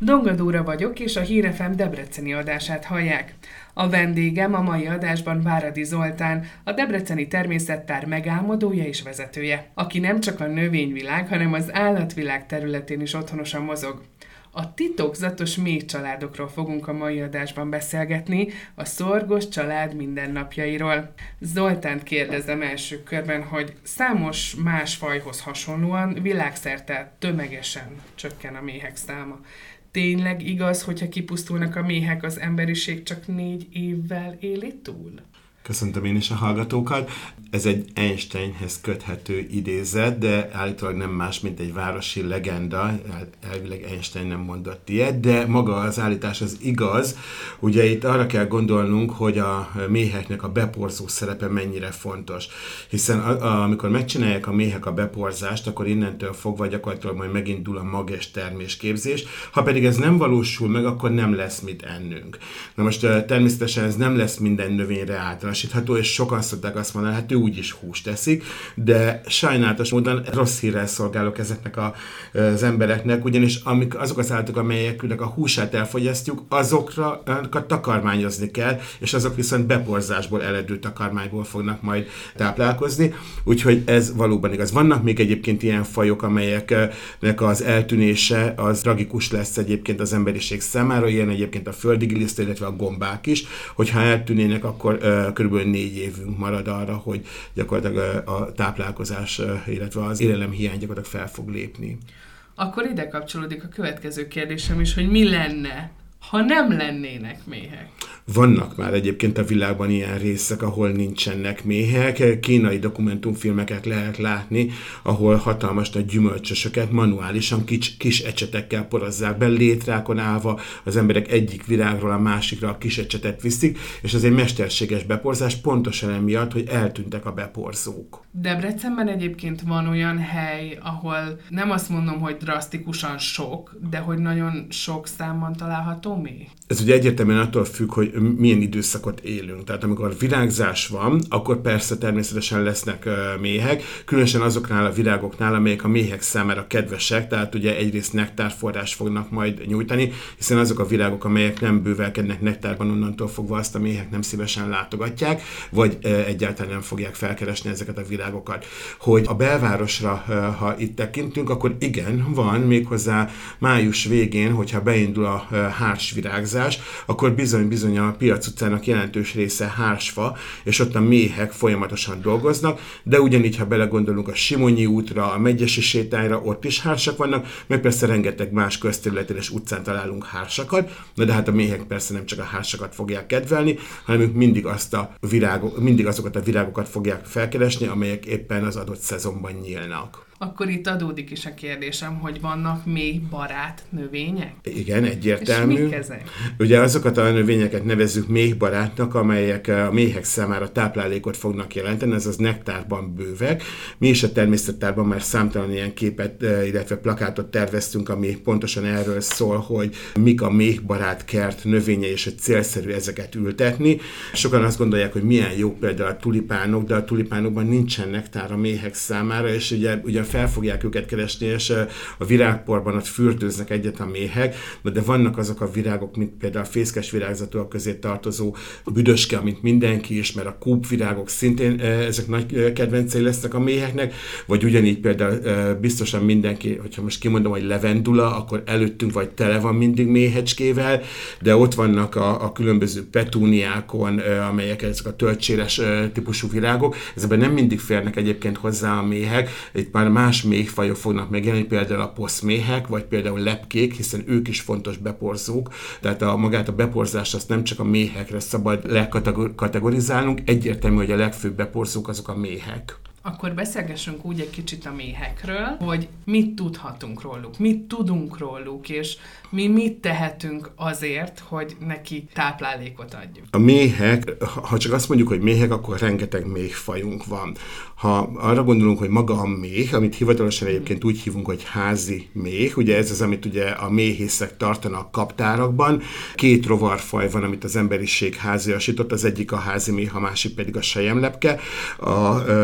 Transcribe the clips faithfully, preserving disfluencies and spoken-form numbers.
Donga Dóra vagyok, és a Hír ef em debreceni adását hallják. A vendégem a mai adásban Váradi Zoltán, a Debreceni Természettár megálmodója és vezetője, aki nem csak a növényvilág, hanem az állatvilág területén is otthonosan mozog. A titokzatos méhcsaládokról fogunk a mai adásban beszélgetni, a szorgos család mindennapjairól. Zoltánt kérdezem első körben, hogy számos más fajhoz hasonlóan világszerte tömegesen csökken a méhek száma. Tényleg igaz, hogyha kipusztulnak a méhek, az emberiség csak négy évvel éli túl? Köszöntöm én is a hallgatókat. Ez egy Einsteinhez köthető idézet, de állítólag nem más, mint egy városi legenda. Elvileg Einstein nem mondott ilyet, de maga az állítás az igaz. Ugye itt arra kell gondolnunk, hogy a méheknek a beporzó szerepe mennyire fontos. Hiszen a, a, amikor megcsinálják a méhek a beporzást, akkor innentől fogva gyakorlatilag majd megindul a mages termésképzés. Ha pedig ez nem valósul meg, akkor nem lesz mit ennünk. Na most természetesen ez nem lesz minden növényre általánosítható, és sokan szokták azt mondani, hát ő úgyis húst teszik, de sajnálatos módon rossz hírrel szolgálok ezeknek a, az embereknek, ugyanis amik, azok az állatok, amelyeknek a húsát elfogyasztjuk, azokra takarmányozni kell, és azok viszont beporzásból eredő takarmányból fognak majd táplálkozni, úgyhogy ez valóban igaz. Vannak még egyébként ilyen fajok, amelyeknek az eltűnése az tragikus lesz egyébként az emberiség számára, ilyen egyébként a földi giliszta, illetve a gombák is, hogyha eltűnének, akkor uh, körülbelül négy évünk marad arra, hogy gyakorlatilag a táplálkozás, illetve az élelemhiány gyakorlatilag fel fog lépni. Akkor ide kapcsolódik a következő kérdésem is, hogy mi lenne, ha nem lennének méhek? Vannak már egyébként a világban ilyen részek, ahol nincsenek méhek. Kínai dokumentumfilmeket lehet látni, ahol hatalmas nagy gyümölcsösöket manuálisan kis, kis ecsetekkel porozzák be, létrákon állva az emberek egyik virágról a másikra a kis ecsetet viszik, és ez egy mesterséges beporzás pontosan emiatt, hogy eltűntek a beporzók. Debrecenben egyébként van olyan hely, ahol nem azt mondom, hogy drasztikusan sok, de hogy nagyon sok számban található méh? Ez ugye egyértelműen attól függ, hogy milyen időszakot élünk. Tehát amikor virágzás van, akkor persze természetesen lesznek uh, méhek, különösen azoknál a virágoknál, amelyek a méhek számára kedvesek, tehát ugye egyrészt nektárforrás fognak majd nyújtani, hiszen azok a virágok, amelyek nem bővelkednek nektárban, onnantól fogva azt a méhek nem szívesen látogatják, vagy uh, egyáltalán nem fogják felkeresni ezeket a virágokat. Hogy a belvárosra, uh, ha itt tekintünk, akkor igen, van méghozzá május végén, hogyha beindul a uh, hársvirágzás, akkor bizony-bizony a Piac utcának jelentős része hársfa, és ott a méhek folyamatosan dolgoznak, de ugyanígy, ha belegondolunk a Simonyi útra, a Medgyesi sétányra, ott is hársak vannak, meg persze rengeteg más közterületen és utcán találunk hársakat, de hát a méhek persze nem csak a hársakat fogják kedvelni, hanem ők mindig, azt a virágok, mindig azokat a virágokat fogják felkeresni, amelyek éppen az adott szezonban nyílnak. Akkor itt adódik is a kérdésem, hogy vannak méhbarát növények? Igen, egyértelmű. És mik ezek? Ugye azokat a növényeket nevezzük méhbarátnak, amelyek a méhek számára táplálékot fognak jelenteni, ez az nektárban bővek. Mi is a természettárban már számtalan ilyen képet, illetve plakátot terveztünk, ami pontosan erről szól, hogy mik a méhbarát kert növénye, és hogy célszerű ezeket ültetni. Sokan azt gondolják, hogy milyen jó például a tulipánok, de a tulipánokban nincsen nektár a méhek számára, és ugye, ugye fel fogják őket keresni, és a virágporban ott fürdőznek egyet a méhek, de vannak azok a virágok, mint például a fészkes virágzatúak közé tartozó büdöske, amit mindenki ismer, a kúpvirágok szintén ezek nagy kedvencei lesznek a méheknek, vagy ugyanígy például biztosan mindenki, hogyha most kimondom, hogy levendula, akkor előttünk vagy tele van mindig méhecskével, de ott vannak a, a különböző petúniákon, amelyek ezek a töltséres típusú virágok, ezekben nem mindig férnek egyébként hozzá a méhek, itt már más méhfajok fognak megjelenni, például a poszméhek, vagy például lepkék, hiszen ők is fontos beporzók, tehát a, magát a beporzást azt nem csak a méhekre szabad lekategorizálnunk, egyértelmű, hogy a legfőbb beporzók azok a méhek. Akkor beszélgessünk úgy egy kicsit a méhekről, hogy mit tudhatunk róluk, mit tudunk róluk, és mi mit tehetünk azért, hogy neki táplálékot adjuk. A méhek, ha csak azt mondjuk, hogy méhek, akkor rengeteg méhfajunk van. Ha arra gondolunk, hogy maga a méh, amit hivatalosan egyébként úgy hívunk, hogy házi méh, ugye ez az, amit ugye a méhészek tartanak kaptárakban. Két rovarfaj van, amit az emberiség háziasított, az egyik a házi méh, a másik pedig a selyemlepke. A uh, házi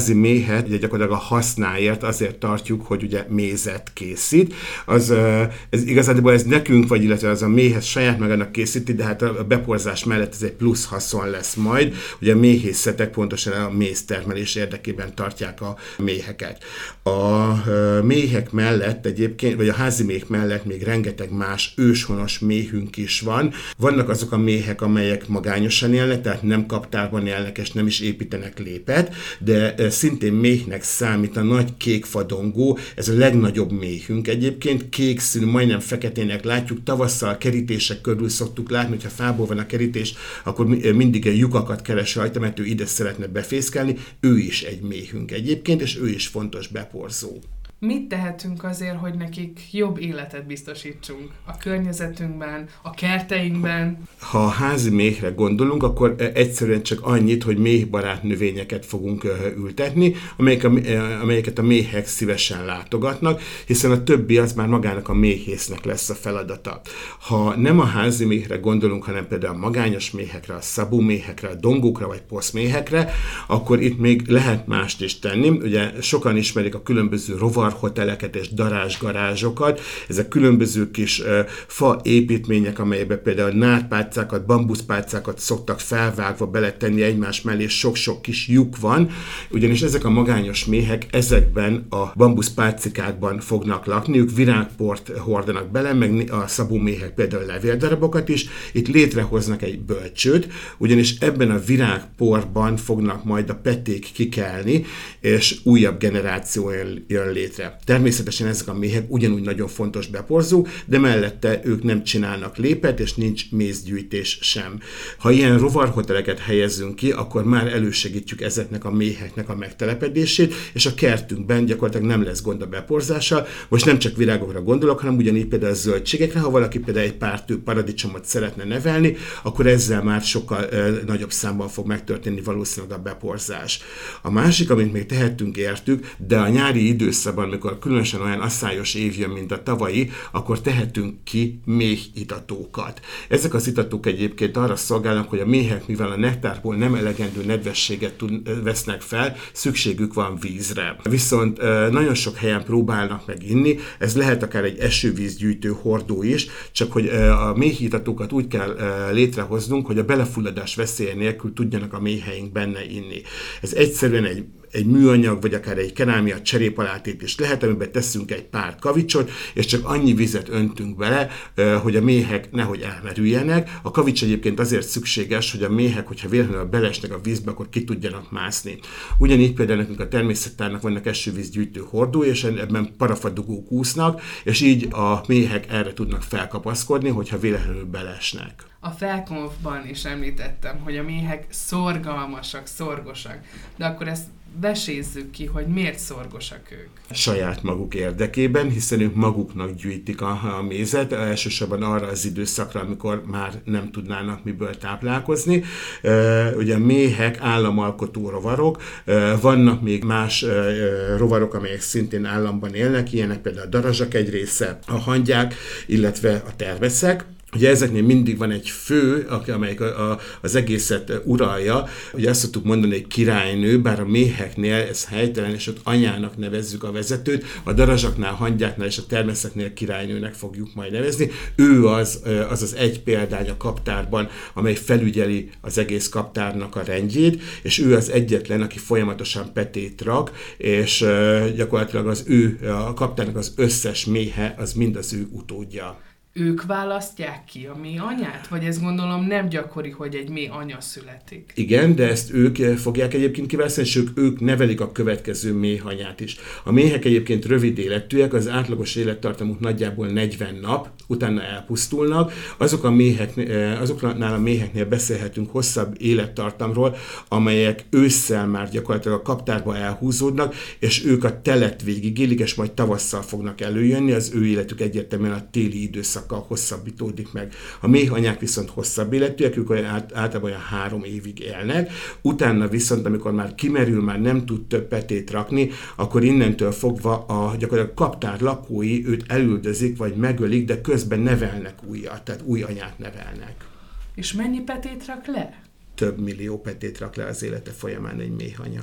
házi méhet ugye gyakorlatilag a hasznáért azért tartjuk, hogy ugye mézet készít. Az, ez igazából ez nekünk, vagy illetve az a méhez saját magának készíti, de hát a beporzás mellett ez egy plusz haszon lesz majd. Ugye a méhészetek pontosan a méztermelés érdekében tartják a méheket. A méhek mellett egyébként, vagy a házi méh mellett még rengeteg más őshonos méhünk is van. Vannak azok a méhek, amelyek magányosan élnek, tehát nem kaptárban élnek, és nem is építenek lépet, de szintén méhnek számít a nagy kék fadongó, ez a legnagyobb méhünk egyébként, kék színű, majdnem feketének látjuk, tavasszal kerítések körül szoktuk látni, hogyha fából van a kerítés, akkor mindig egy lyukakat keres rajta, mert ő ide szeretne befészkelni, ő is egy méhünk egyébként, és ő is fontos beporzó. Mit tehetünk azért, hogy nekik jobb életet biztosítsunk a környezetünkben, a kerteinkben? Ha a házi méhre gondolunk, akkor egyszerűen csak annyit, hogy méhbarát növényeket fogunk ültetni, amelyek a, amelyeket a méhek szívesen látogatnak, hiszen a többi az már magának a méhésznek lesz a feladata. Ha nem a házi méhre gondolunk, hanem például a magányos méhekre, a szabú méhekre, a dongókra vagy poszméhekre, akkor itt még lehet mást is tenni. Ugye sokan ismerik a különböző rovar hoteleket és darázsgarázsokat. Ezek különböző kis uh, fa építmények, amelyekben például nádpálcákat, bambuszpálcákat szoktak felvágva beletenni egymás mellé, sok-sok kis lyuk van, ugyanis ezek a magányos méhek ezekben a bambuszpálcikákban fognak lakni, ők virágport hordanak bele, meg a szabó méhek például levéldarabokat is, itt létrehoznak egy bölcsőt, ugyanis ebben a virágporban fognak majd a peték kikelni, és újabb generáció jön létre. Természetesen ezek a méhek ugyanúgy nagyon fontos beporzó, de mellette ők nem csinálnak lépet, és nincs mézgyűjtés sem. Ha ilyen rovarhoteleket helyezünk ki, akkor már elősegítjük ezeknek a méheknek a megtelepedését, és a kertünkben gyakorlatilag nem lesz gond a beporzással. Most nem csak virágokra gondolok, hanem ugyanígy például a zöldségekre, ha valaki például egy pár tő paradicsomot szeretne nevelni, akkor ezzel már sokkal e, nagyobb számban fog megtörténni valószínűleg a beporzás. A másik, amit még tehetünk értük, de a nyári időszakban, amikor különösen olyan asszályos év jön, mint a tavalyi, akkor tehetünk ki méhitatókat. Ezek az itatók egyébként arra szolgálnak, hogy a méhek, mivel a nektárból nem elegendő nedvességet tud, vesznek fel, szükségük van vízre. Viszont nagyon sok helyen próbálnak meg inni, ez lehet akár egy esővízgyűjtő hordó is, csak hogy a méhitatókat úgy kell létrehoznunk, hogy a belefulladás veszélye nélkül tudjanak a méheink benne inni. Ez egyszerűen egy egy műanyag, vagy akár egy kerámia cserépalátét is lehet, amiben teszünk egy pár kavicsot, és csak annyi vizet öntünk bele, hogy a méhek nehogy elmerüljenek. A kavics egyébként azért szükséges, hogy a méhek, hogyha véletlenül belesnek a vízbe, akkor ki tudjanak mászni. Ugyanígy például nekünk a természettárnak vannak esővízgyűjtő hordó, és ebben parafadugók úsznak, és így a méhek erre tudnak felkapaszkodni, hogyha véletlenül belesnek. A felkonfban is említettem, hogy a méhek szorgalmasak, szorgosak, de akkor ezt vesézzük ki, hogy miért szorgosak ők. Saját maguk érdekében, hiszen ők maguknak gyűjtik a, a mézet, elsősorban arra az időszakra, amikor már nem tudnának miből táplálkozni. E, ugye méhek államalkotó rovarok, e, vannak még más e, rovarok, amelyek szintén államban élnek, ilyenek például a darazsak egy része, a hangyák, illetve a terveszek. Ugye ezeknél mindig van egy fő, amelyik a, a, az egészet uralja. Ugye azt szoktuk mondani, hogy királynő, bár a méheknél ez helytelen, és ott anyának nevezzük a vezetőt, a darazsaknál, hangyáknál és a termeszeknél királynőnek fogjuk majd nevezni. Ő az az, az egy példány a kaptárban, amely felügyeli az egész kaptárnak a rendjét, és ő az egyetlen, aki folyamatosan petét rak, és gyakorlatilag az ő, a kaptárnak az összes méhe, az mind az ő utódja. Ők választják ki a méh anyát? Vagy ez gondolom nem gyakori, hogy egy méh anya születik? Igen, de ezt ők fogják egyébként kiválasztani, és ők, ők nevelik a következő méh anyát is. A méhek egyébként rövid életűek, az átlagos élettartamuk nagyjából negyven nap, utána elpusztulnak. Azok a méhek, azoknál a méheknél beszélhetünk hosszabb élettartamról, amelyek ősszel már gyakorlatilag a kaptárba elhúzódnak, és ők a telet végigélik, és majd tavasszal fognak előjönni, az ő életük egyértelműen a téli időszak hosszabbítódik meg. A méhanyák viszont hosszabb életűek, ők olyan át, általában olyan három évig élnek, utána viszont, amikor már kimerül, már nem tud több petét rakni, akkor innentől fogva a gyakorlatilag kaptár lakói őt elüldözik, vagy megölik, de közben nevelnek újat, tehát új anyát nevelnek. És mennyi petét rak le? Több millió petét rak le az élete folyamán egy méhanya.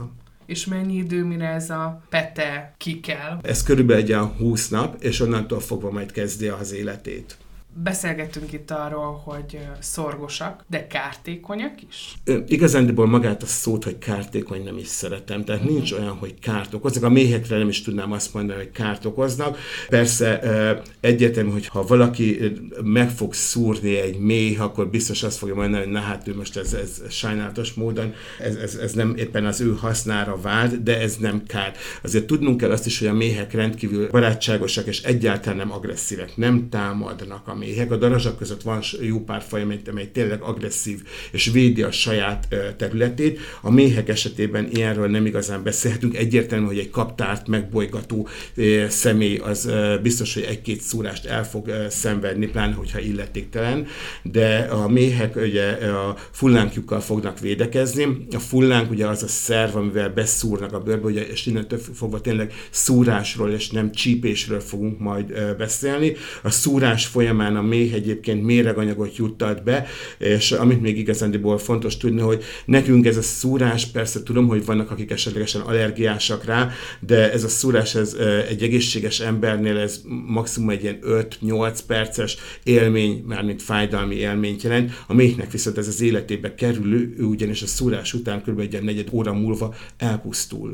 és mennyi idő, mire ez a pete kikel? Ez körülbelül egy olyan húsz nap, és onnantól fogva majd kezdi az életét. Beszélgettünk itt arról, hogy szorgosak, de kártékonyak is? Igazándiból magát a szót, hogy kártékony nem is szeretem. Tehát uh-huh. nincs olyan, hogy kárt okoznak. A méhekre nem is tudnám azt mondani, hogy kárt okoznak. Persze egyértelmű, hogy ha valaki meg fog szúrni egy méh, akkor biztos azt fogja mondani, hogy na hát ő most ez, ez sajnálatos módon, ez, ez, ez nem éppen az ő hasznára vált, de ez nem kár. Azért tudnunk kell azt is, hogy a méhek rendkívül barátságosak, és egyáltalán nem agresszívek, nem támadnak a méhek. A darazsak között van jó pár faj, amely, amely tényleg agresszív, és védi a saját területét. A méhek esetében ilyenről nem igazán beszélhetünk. Egyértelmű, hogy egy kaptárt megbolygató személy az biztos, hogy egy-két szúrást el fog szenvedni, pláne, hogyha illetéktelen, de a méhek ugye a fullánkjukkal fognak védekezni. A fullánk ugye az a szerv, amivel beszúrnak a bőrbe, ugye, és innentől fogva tényleg szúrásról és nem csípésről fogunk majd beszélni. A szúrás folyamán a méh egyébként méreganyagot juttat be, és amit még igazándiból fontos tudni, hogy nekünk ez a szúrás, persze tudom, hogy vannak, akik esetlegesen allergiásak rá, de ez a szúrás ez egy egészséges embernél ez maximum egy ilyen öt-nyolc perces élmény, mármint fájdalmi élményt jelent. A méhnek viszont ez az életébe kerülő, ő ugyanis a szúrás után kb. Egy negyed óra múlva elpusztul.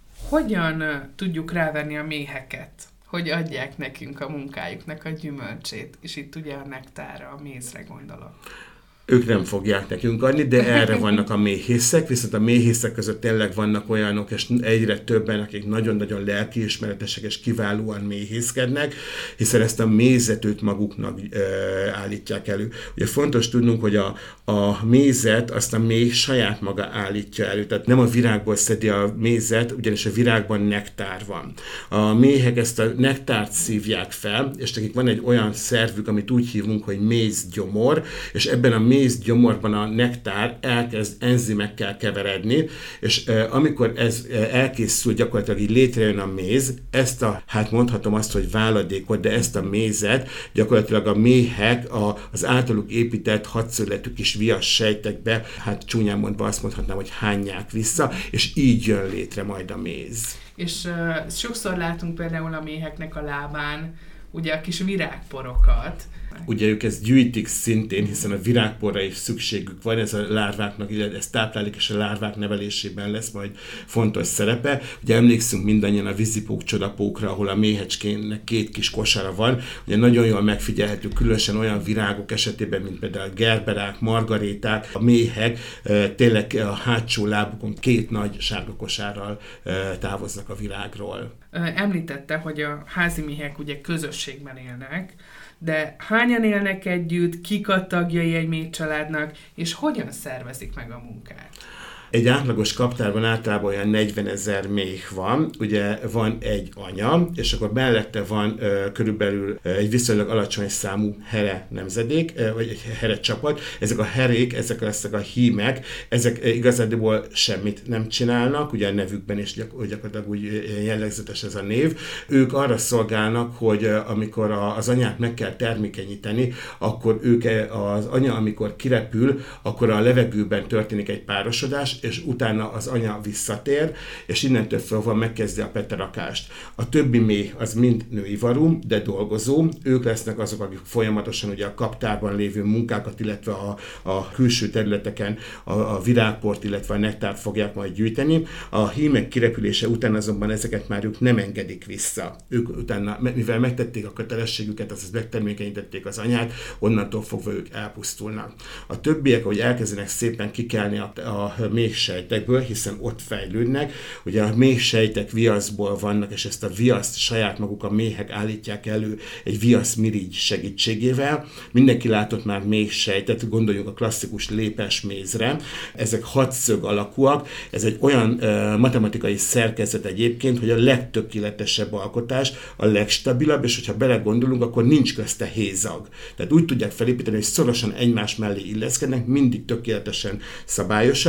Hogyan tudjuk rávenni a méheket, hogy adják nekünk a munkájuknak a gyümölcsét, és itt ugye a nektára, a mézre gondolok? Ők nem fogják nekünk adni, de erre vannak a méhészek, viszont a méhészek között tényleg vannak olyanok, és egyre többen, akik nagyon-nagyon lelkiismeretesek és kiválóan méhészkednek, hiszen ezt a mézetőt maguknak e, állítják elő. Ugye fontos tudnunk, hogy a, a mézet azt a méh saját maga állítja elő, tehát nem a virágból szedi a mézet, ugyanis a virágban nektár van. A méhek ezt a nektárt szívják fel, és nekik van egy olyan szervük, amit úgy hívunk, hogy mézgyomor, és ebben a mézgyomorban a nektár elkezd enzimekkel keveredni, és e, amikor ez elkészül, gyakorlatilag így létrejön a méz, ezt a, hát mondhatom azt, hogy váladékot, de ezt a mézet gyakorlatilag a méhek a, az általuk épített hadszögletű kis vias sejtekbe, hát csúnyán mondva azt mondhatnám, hogy hányják vissza, és így jön létre majd a méz. És uh, sokszor látunk például a méheknek a lábán ugye a kis virágporokat. Ugye ők ezt gyűjtik szintén, hiszen a virágporra is szükségük van, ez a lárváknak, illetve ez táplálék és a lárvák nevelésében lesz majd fontos szerepe. Ugye emlékszünk mindannyian a vízipók csodapókra, ahol a méhecskének két kis kosara van. Ugye nagyon jól megfigyelhető, különösen olyan virágok esetében, mint például a gerberák, margaréták, a méhek e, tényleg a hátsó lábukon két nagy sárga kosárral e, távoznak a virágról. Említette, hogy a házi méhek ugye közösségben élnek, de hányan élnek együtt, kik a tagjai egy méhcsaládnak, és hogyan szervezik meg a munkát? Egy átlagos kaptárban általában olyan negyvenezer méh van, ugye van egy anya, és akkor mellette van uh, körülbelül uh, egy viszonylag alacsony számú here nemzedék, uh, vagy egy here csapat. Ezek a herék, ezek lesznek a hímek, ezek uh, igazából semmit nem csinálnak, ugye a nevükben is gyak- gyakorlatilag úgy jellegzetes ez a név. Ők arra szolgálnak, hogy uh, amikor a, az anyát meg kell termékenyíteni, akkor ők az anya, amikor kirepül, akkor a levegőben történik egy párosodás, és utána az anya visszatér, és innentől fogva megkezdi a peterakást. A többi méh az mind női varú, de dolgozó. Ők lesznek azok, akik folyamatosan ugye a kaptárban lévő munkákat, illetve a, a külső területeken a, a virágport, illetve a nektárt fogják majd gyűjteni. A hímek kirepülése után azonban ezeket már ők nem engedik vissza. Ők utána, mivel megtették a kötelességüket, azaz megtermékenyítették az anyát, onnantól fogva ők elpusztulnak. A többiek, ahogy elkezdenek szépen kikelni a, a méhsejtekből, hiszen ott fejlődnek. Ugye a méhsejtek viaszból vannak, és ezt a viaszt saját maguk a méhek állítják elő egy viaszmirigy segítségével. Mindenki látott már méhsejtet, gondoljunk a klasszikus lépesmézre. Ezek hatszög alakúak, ez egy olyan uh, matematikai szerkezet egyébként, hogy a legtökéletesebb alkotás, a legstabilabb, és hogyha belegondolunk, akkor nincs közte hézag. Tehát úgy tudják felépíteni, hogy szorosan egymás mellé illeszkednek, mindig tökéletesen szabályosak, és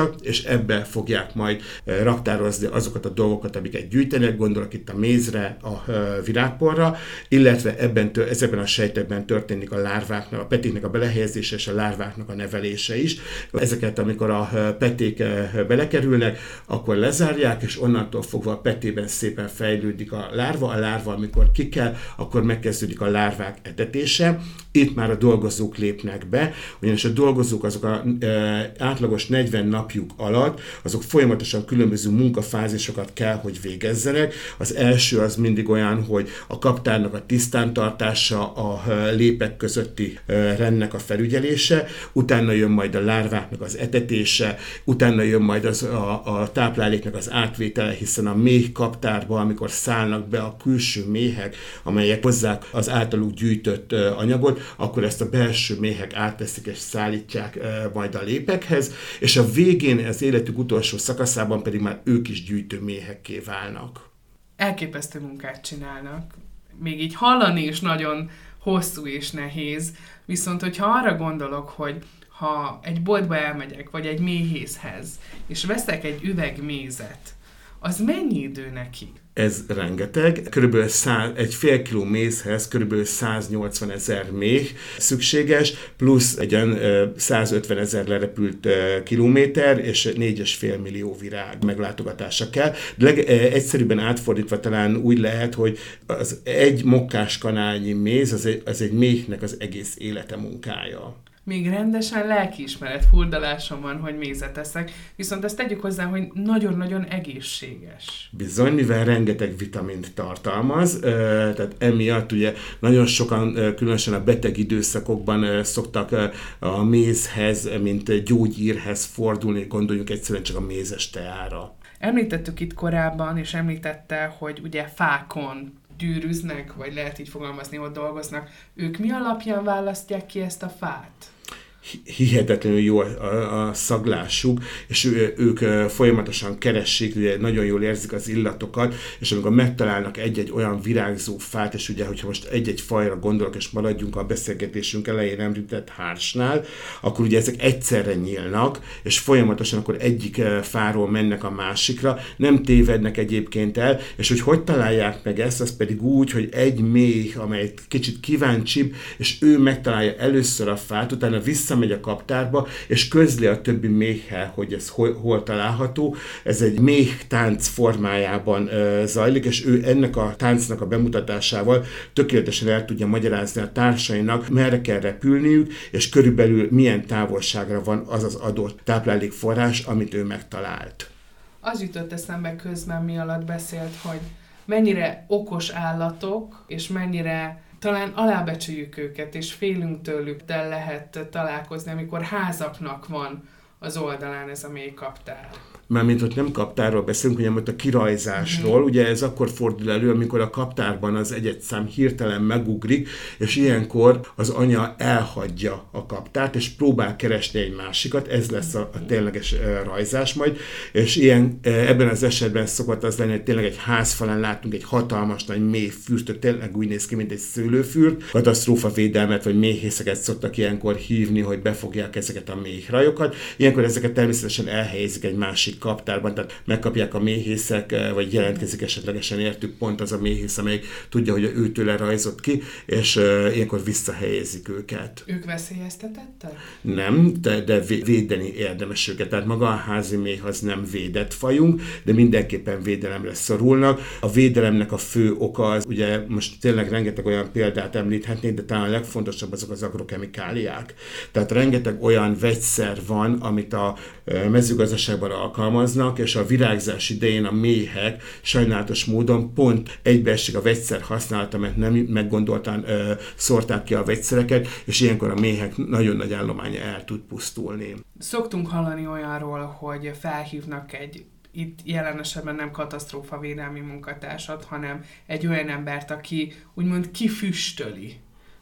ebbe fogják majd raktározni azokat a dolgokat, amiket gyűjtenek, gondolok itt a mézre, a virágporra, illetve ebben, ezekben a sejtekben történik a lárváknak, a petéknek a belehelyezése és a lárváknak a nevelése is. Ezeket, amikor a peték belekerülnek, akkor lezárják, és onnantól fogva a petében szépen fejlődik a lárva. A lárva, amikor ki kell, akkor megkezdődik a lárvák etetése. Itt már a dolgozók lépnek be, ugyanis a dolgozók azok a e, átlagos negyven napjuk alatt, azok folyamatosan különböző munkafázisokat kell, hogy végezzenek. Az első az mindig olyan, hogy a kaptárnak a tisztántartása, a lépek közötti e, rendnek a felügyelése, utána jön majd a lárváknak az etetése, utána jön majd az, a, a tápláléknak az átvétele, hiszen a méh kaptárba, amikor szállnak be a külső méhek, amelyek hozzák az általuk gyűjtött e, anyagot, akkor ezt a belső méhek átteszik és szállítják e, majd a lépekhez, és a végén, az életük utolsó szakaszában pedig már ők is gyűjtő méhekké válnak. Elképesztő munkát csinálnak. Még így hallani is nagyon hosszú és nehéz, viszont hogyha arra gondolok, hogy ha egy boltba elmegyek, vagy egy méhészhez, és veszek egy üveg mézet, az mennyi idő neki? Ez rengeteg. Körülbelül száz, egy fél kiló mézhez körülbelül száznyolcvan ezer méh szükséges, plusz egy olyan százötven ezer lerepült kilométer, és négy és fél millió virág meglátogatása kell. De leg, egyszerűbben átfordítva talán úgy lehet, hogy az egy mokkáskanálnyi méz, az egy, az egy méhnek az egész élete munkája. Még rendesen lelkiismeret furdalásom van, hogy mézet eszek, viszont ezt tegyük hozzá, hogy nagyon-nagyon egészséges. Bizony, mivel rengeteg vitamint tartalmaz, tehát emiatt ugye nagyon sokan, különösen a beteg időszakokban szoktak a mézhez, mint gyógyírhez fordulni, gondoljunk egyszerűen csak a mézes teára. Említettük itt korábban, és említette, hogy ugye fákon gyűrűznek, vagy lehet így fogalmazni, hogy dolgoznak. Ők mi alapján választják ki ezt a fát? Hihetetlenül jó a, a szaglásuk, és ő, ők folyamatosan keressék, ugye nagyon jól érzik az illatokat, és amikor megtalálnak egy-egy olyan virágzó fát, és ugye, hogyha most egy-egy fajra gondolok, és maradjunk a beszélgetésünk elején említett hársnál, akkor ugye ezek egyszerre nyílnak, és folyamatosan akkor egyik fáról mennek a másikra, nem tévednek egyébként el, és hogy hogy találják meg ezt, az pedig úgy, hogy egy méh, amely kicsit kíváncsibb, és ő megtalálja először a fát, utána vissza megy a kaptárba, és közli a többi méhhez, hogy ez hol, hol található. Ez egy méh tánc formájában ö, zajlik, és ő ennek a táncnak a bemutatásával tökéletesen el tudja magyarázni a társainak, merre kell repülniük, és körülbelül milyen távolságra van az az adott táplálékforrás, amit ő megtalált. Az jutott eszembe közben, mi alatt beszélt, hogy mennyire okos állatok, és mennyire talán alábecsüljük őket, és félünk tőlük, de lehet találkozni, amikor házaknak van az oldalán ez a mély kaptár. Mármint ott nem kaptárról beszélünk, hanem ott a kirajzásról. Mm. Ugye ez akkor fordul elő, amikor a kaptárban az egy-egy szám hirtelen megugrik, és ilyenkor az anya elhagyja a kaptárt, és próbál keresni egy másikat, ez lesz a, a tényleges uh, rajzás majd, és ilyen, uh, ebben az esetben szokott az lenni, hogy tényleg egy házfalán látunk egy hatalmas nagy mély fürstöt, tényleg úgy néz ki, mint egy szőlőfürt. Katasztrófavédelmet vagy méhészeket szoktak ilyenkor hívni, hogy befogják ezeket a méhrajokat. Ilyenkor ezeket természetesen elhelyezik egy másik kaptárban, tehát megkapják a méhészek, vagy jelentkezik esetlegesen értük pont az a méhész, amelyik tudja, hogy őtőle rajzott ki, és uh, ilyenkor visszahelyezik őket. Ők veszélyeztetettek? Nem, de, de védeni érdemes őket. Tehát maga a házi méh az nem védett fajunk, de mindenképpen védelemre szorulnak. A védelemnek a fő oka az, ugye most tényleg rengeteg olyan példát említhetnék, de talán a legfontosabb azok az agrokemikáliák. Tehát rengeteg olyan vegyszer van, amit a mezőgazdaságban alkalmaznak, és a virágzás idején a méhek sajnálatos módon pont egybeesik a vegyszer használata, mert nem meggondoltan ö, szórták ki a vegyszereket, és ilyenkor a méhek nagyon nagy állománya el tud pusztulni. Szoktunk hallani olyanról, hogy felhívnak egy, itt jelen esetben nem katasztrófavédelmi munkatársat, hanem egy olyan embert, aki úgymond kifüstöli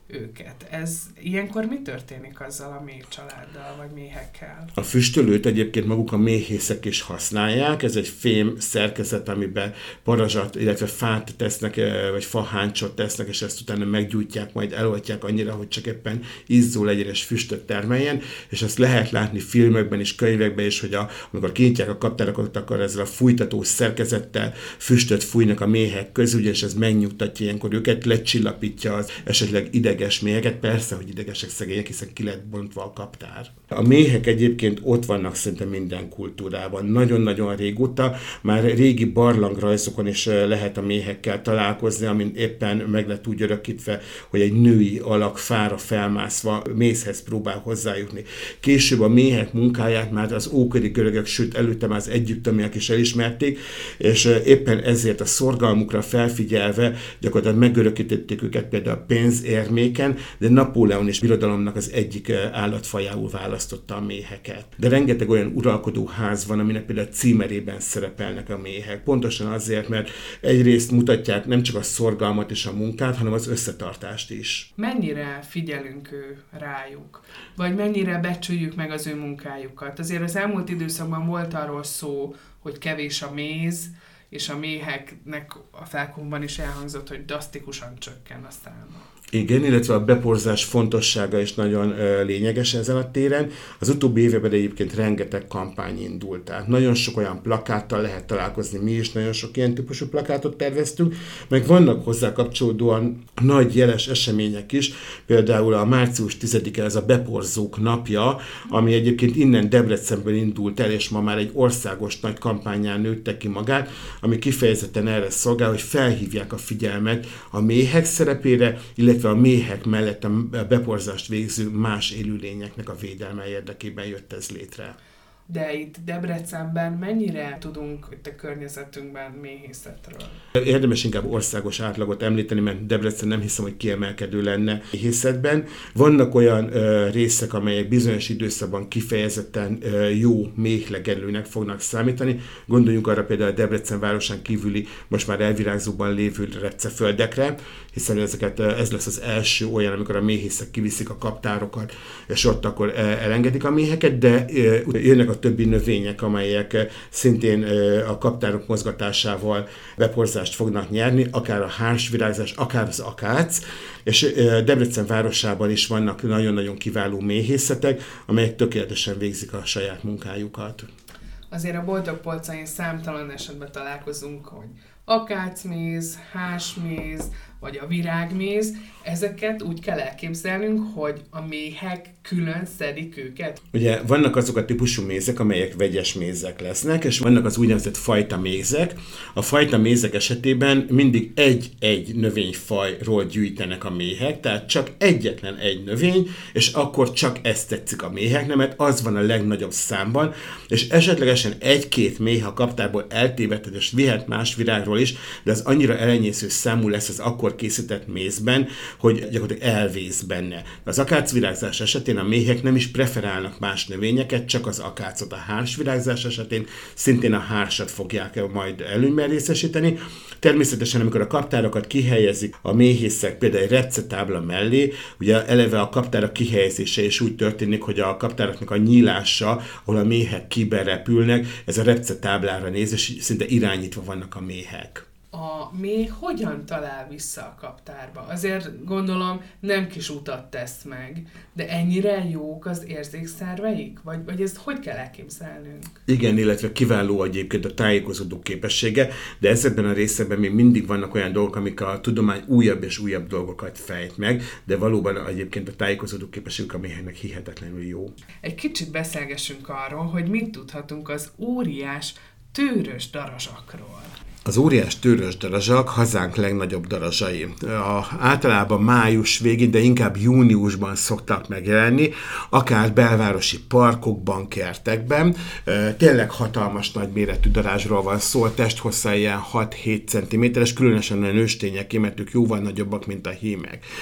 őket. Ez ilyenkor mi történik azzal a méh családdal, vagy méhekkel? A füstölőt egyébként maguk a méhészek is használják. Ez egy fém szerkezet, amiben parazsat, illetve fát tesznek, vagy faháncsot tesznek, és ezt utána meggyújtják, majd eloltják annyira, hogy csak éppen izzó legyen és füstöt termeljen, és ezt lehet látni filmekben és könyvekben is, hogy a, amikor kinyitják a kaptárakat, akkor ezzel a fújtató szerkezettel füstöt fújnak a méhek közül, és ez megnyugtatja ilyenkor őket, lecsillapítja az esetleg ideges méheket, persze, hogy idegesek szegények, hiszen ki lett bontva a kaptár. A méhek egyébként ott vannak szinte minden kultúrában. Nagyon-nagyon régóta, már régi barlangrajzokon is lehet a méhekkel találkozni, amin éppen meg lett úgy örökítve, hogy egy női alak fára felmászva mézhez próbál hozzájutni. Később a méhek munkáját már az ókori görögök, sőt előtte már az egyiptomiak is elismerték, és éppen ezért a szorgalmukra felfigyelve gyakorlatilag megörökítették őket például a pénzérméken, de Napóleon is birodalomnak az egyik állatfajául választotta a méheket. De rengeteg olyan uralkodó ház van, aminek például a címerében szerepelnek a méhek. Pontosan azért, mert egyrészt mutatják nem csak a szorgalmat és a munkát, hanem az összetartást is. Mennyire figyelünk ő rájuk? Vagy mennyire becsüljük meg az ő munkájukat? Azért az elmúlt időszakban volt arról szó, hogy kevés a méz, és a méheknek a felkumban is elhangzott, hogy drasztikusan csökken a száma. Igen, illetve a beporzás fontossága is nagyon ö, lényeges ezen a téren. Az utóbbi években egyébként rengeteg kampány indult. Tehát nagyon sok olyan plakáttal lehet találkozni, mi is nagyon sok ilyen típusú plakátot terveztünk, meg vannak hozzá kapcsolódóan nagy jeles események is, például a március tizedike, ez a beporzók napja, ami egyébként innen Debrecenből indult el, és ma már egy országos nagy kampányán nőtte ki magát, ami kifejezetten erre szolgál, hogy felhívják a figyelmet a méhek szerepére, illetve a méhek mellett a beporzást végző más élőlényeknek a védelme érdekében jött ez létre. De itt Debrecenben mennyire tudunk itt a környezetünkben méhészetről? Érdemes inkább országos átlagot említeni, mert Debrecen nem hiszem, hogy kiemelkedő lenne méhészetben. Vannak olyan ö, részek, amelyek bizonyos időszakban kifejezetten ö, jó méhlegelőnek fognak számítani. Gondoljunk arra például a Debrecen városán kívüli, most már elvirágzóban lévő repceföldekre, hiszen ezeket, ez lesz az első olyan, amikor a méhészek kiviszik a kaptárokat, és ott akkor elengedik a méheket, de ö, jönnek a többi növények, amelyek szintén a kaptárok mozgatásával beporzást fognak nyerni, akár a hársvirágzás, akár az akác, és Debrecen városában is vannak nagyon-nagyon kiváló méhészetek, amelyek tökéletesen végzik a saját munkájukat. Azért a boldog polcain számtalan esetben találkozunk, hogy akácméz, hásméz, vagy a virágméz, ezeket úgy kell elképzelnünk, hogy a méhek külön szedik őket. Ugye vannak azok a típusú mézek, amelyek vegyes mézek lesznek, és vannak az úgynevezett fajta mézek. A fajta mézek esetében mindig egy-egy növényfajról gyűjtenek a méhek, tehát csak egyetlen egy növény, és akkor csak ezt tetszik a méheknek, mert az van a legnagyobb számban, és esetlegesen egy-két méh a kaptárból eltévedhet, és vihet más virágról is, de az annyira elenyésző számú lesz az akkor készített mézben, hogy gyakorlatilag elvész benne. Az akácvirágzás esetén a méhek nem is preferálnak más növényeket, csak az akácot. A hársvirágzás esetén szintén a hársat fogják majd előnyben részesíteni. Természetesen, amikor a kaptárokat kihelyezik a méhészek például egy repcetábla mellé, ugye eleve a kaptárak kihelyezése is úgy történik, hogy a kaptáraknak a nyílása, ahol a méhek kiberepülnek, ez a repcetáblára néz, és szinte irányítva vannak a méhek. A méh hogyan talál vissza a kaptárba? Azért gondolom nem kis utat tesz meg, de ennyire jók az érzékszerveik? Vagy, vagy ezt hogy kell elképzelnünk? Igen, illetve kiváló egyébként a tájékozódó képessége, de ezekben a részekben még mindig vannak olyan dolgok, amik a tudomány újabb és újabb dolgokat fejt meg, de valóban egyébként a tájékozódó képességük a méheknek hihetetlenül jó. Egy kicsit beszélgessünk arról, hogy mit tudhatunk az óriás tőrös darazsakról. Az óriás tőrös darazsak hazánk legnagyobb darazsai. A, általában május végén, de inkább júniusban szoktak megjelenni, akár belvárosi parkokban, kertekben. Tényleg hatalmas nagyméretű darázsról van szó, a testhossza ilyen hat-hét centiméteres, különösen a nőstényeké, mert ők jóval nagyobbak, mint a hímek.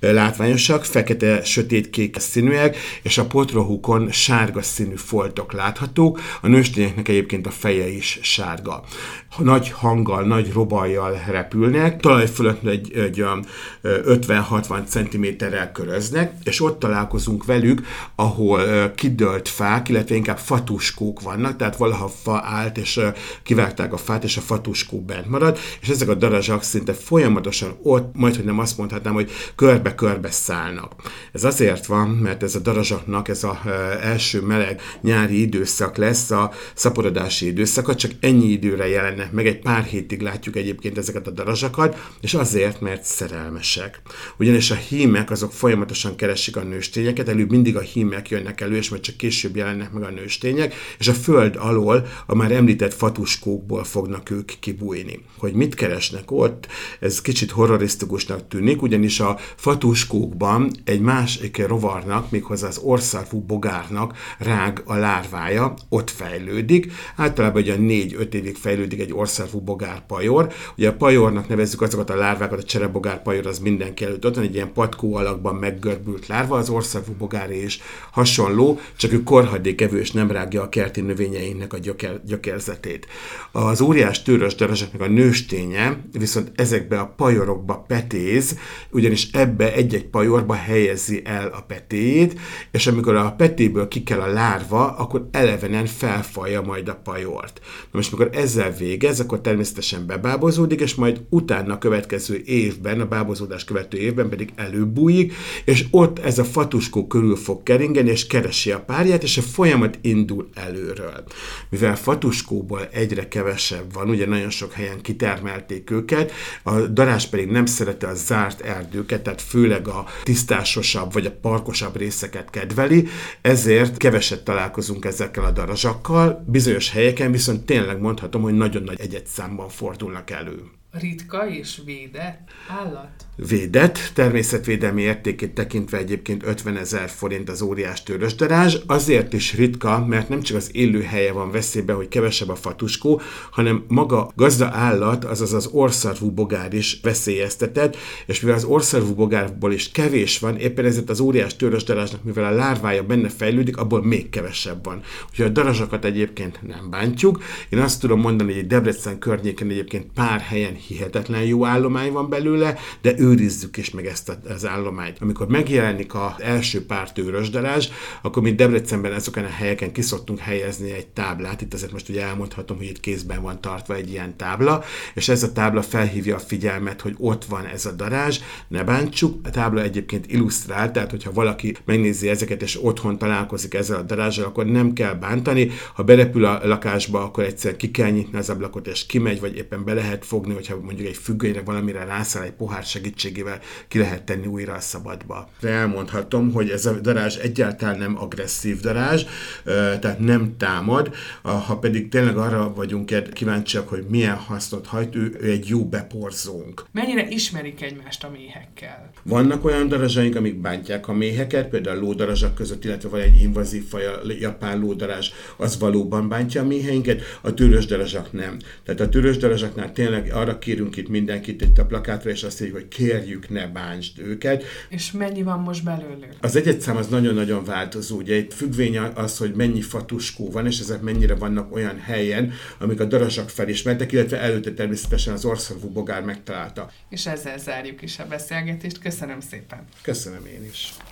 látványosak, fekete, sötét-kék színűek, és a potrohukon sárga színű foltok láthatók, a nőstényeknek egyébként a feje is sárga. Nagy hanggal, nagy robajjal repülnek, talaj fölött egy, egy ötven-hatvan centiméterrel köröznek, és ott találkozunk velük, ahol kidőlt fák, illetve inkább fatuskók vannak, tehát valaha fa állt, és kivágták a fát, és a fatuskó bent marad, és ezek a darazsak szinte folyamatosan ott, majd hogy nem azt mondhatnám, hogy körbe-körbe szállnak. Ez azért van, mert ez a darazsaknak ez az első meleg nyári időszak lesz, a szaporodási időszaka, csak ennyi időre jelennek meg, egy pár hétig látjuk egyébként ezeket a darazsakat, és azért, mert szerelmesek. Ugyanis a hímek azok folyamatosan keresik a nőstényeket, előbb mindig a hímek jönnek elő, és majd csak később jelennek meg a nőstények, és a föld alól a már említett fatuskókból fognak ők kibújni. Hogy mit keresnek ott, ez kicsit horrorisztikusnak tűnik, ugyanis a fatuskókban egy másik rovarnak, méghozzá az orrszarvú bogárnak rág a lárvája, ott fejlődik. Általában ugye négy-öt évig fejlődik egy orrszarvú bogárpajor. Ugye a pajornak nevezzük azokat a lárvákat, a cserebogárpajor az mindenki előtt ott van, egy ilyen patkó alakban meggörbült lárva, az orrszarvú bogáré is hasonló, csak ő korhadékevő és nem rágja a kerti növényeinknek a gyöker, gyökerzetét. Az óriás tőrös darazsaknak a nősténye viszont ezekbe a pajorokba petéz, ugyanis ebbe egy-egy pajorba helyezi el a petéjét, és amikor a petéből kikel a lárva, akkor elevenen felfalja majd a pajort. Na most, amikor ezzel végez, akkor természetesen bebábozódik, és majd utána a következő évben, a bábozódás követő évben pedig előbújik, és ott ez a fatuskó körül fog keringeni, és keresi a párját, és a folyamat indul előről. Mivel fatuskóból egyre kevesebb van, ugye nagyon sok helyen kitermelték őket, a darázs pedig nem szereti a zárt erdőket, tehát főleg a tisztásosabb vagy a parkosabb részeket kedveli, ezért keveset találkozunk ezekkel a darazsakkal, bizonyos helyeken viszont tényleg mondhatom, hogy nagyon nagy egyedszámban fordulnak elő. Ritka és védett állat? Védett, természetvédelmi értékét tekintve egyébként ötvenezer forint az óriás tőrösdarázs, azért is ritka, mert nem csak az élőhelye van veszélyben, hogy kevesebb a fatuskó, hanem maga gazda állat, azaz az orrszarvú bogár is veszélyeztetett, és mivel az orrszarvú bogárból is kevés van, éppen ezért az óriás tőrösdarázsnak, mivel a lárvája benne fejlődik, abból még kevesebb van. Úgyhogy a darazsakat egyébként nem bántjuk. Én azt tudom mondani, hogy Debrecen környéken egyébként pár helyen hihetetlen jó állomány van belőle, de őrizzük is meg ezt az állományt. Amikor megjelenik az első pár tőrösdarázs, akkor mi Debrecenben ezeken a helyeken kiszoktunk helyezni egy táblát. Itt azért most ugye elmondhatom, hogy itt kézben van tartva egy ilyen tábla, és ez a tábla felhívja a figyelmet, hogy ott van ez a darázs, ne bántsuk. A tábla egyébként illusztrál, tehát hogyha valaki megnézi ezeket, és otthon találkozik ezzel a darázsal, akkor nem kell bántani. Ha berepül a lakásba, akkor egyszerűen ki kell nyitni az ablakot, és kimegy, vagy éppen be lehet fogni, hogyha mondjuk egy függönyre valamire rászáll, egy pohár segítségével ki lehet tenni újra a szabadba. De elmondhatom, hogy ez a darázs egyáltalán nem agresszív darázs, tehát nem támad, ha pedig tényleg arra vagyunk kíváncsiak, hogy milyen hasznot hajt, ő, ő egy jó beporzónk. Mennyire ismerik egymást a méhekkel? Vannak olyan darazsaink, amik bántják a méheket, például a lódarazsak között, illetve van egy invazív faj, a japán lódarazs, az valóban bántja a méheinket, a tőrösdarazsak nem. Tehát a tőrösdarazsaknál tényleg arra kérünk itt mindenkit itt a plakátra, és azt mondjuk, hogy kérjük, ne bántsd őket. És mennyi van most belőlük? Az egyedszám az nagyon-nagyon változó. Ugye itt függvény az, hogy mennyi fatuskó van, és ezek mennyire vannak olyan helyen, amik a darazsak felismertek, illetve előtte természetesen az orrszarvú bogár megtalálta. És ezzel zárjuk is a beszélgetést. Köszönöm szépen. Köszönöm én is.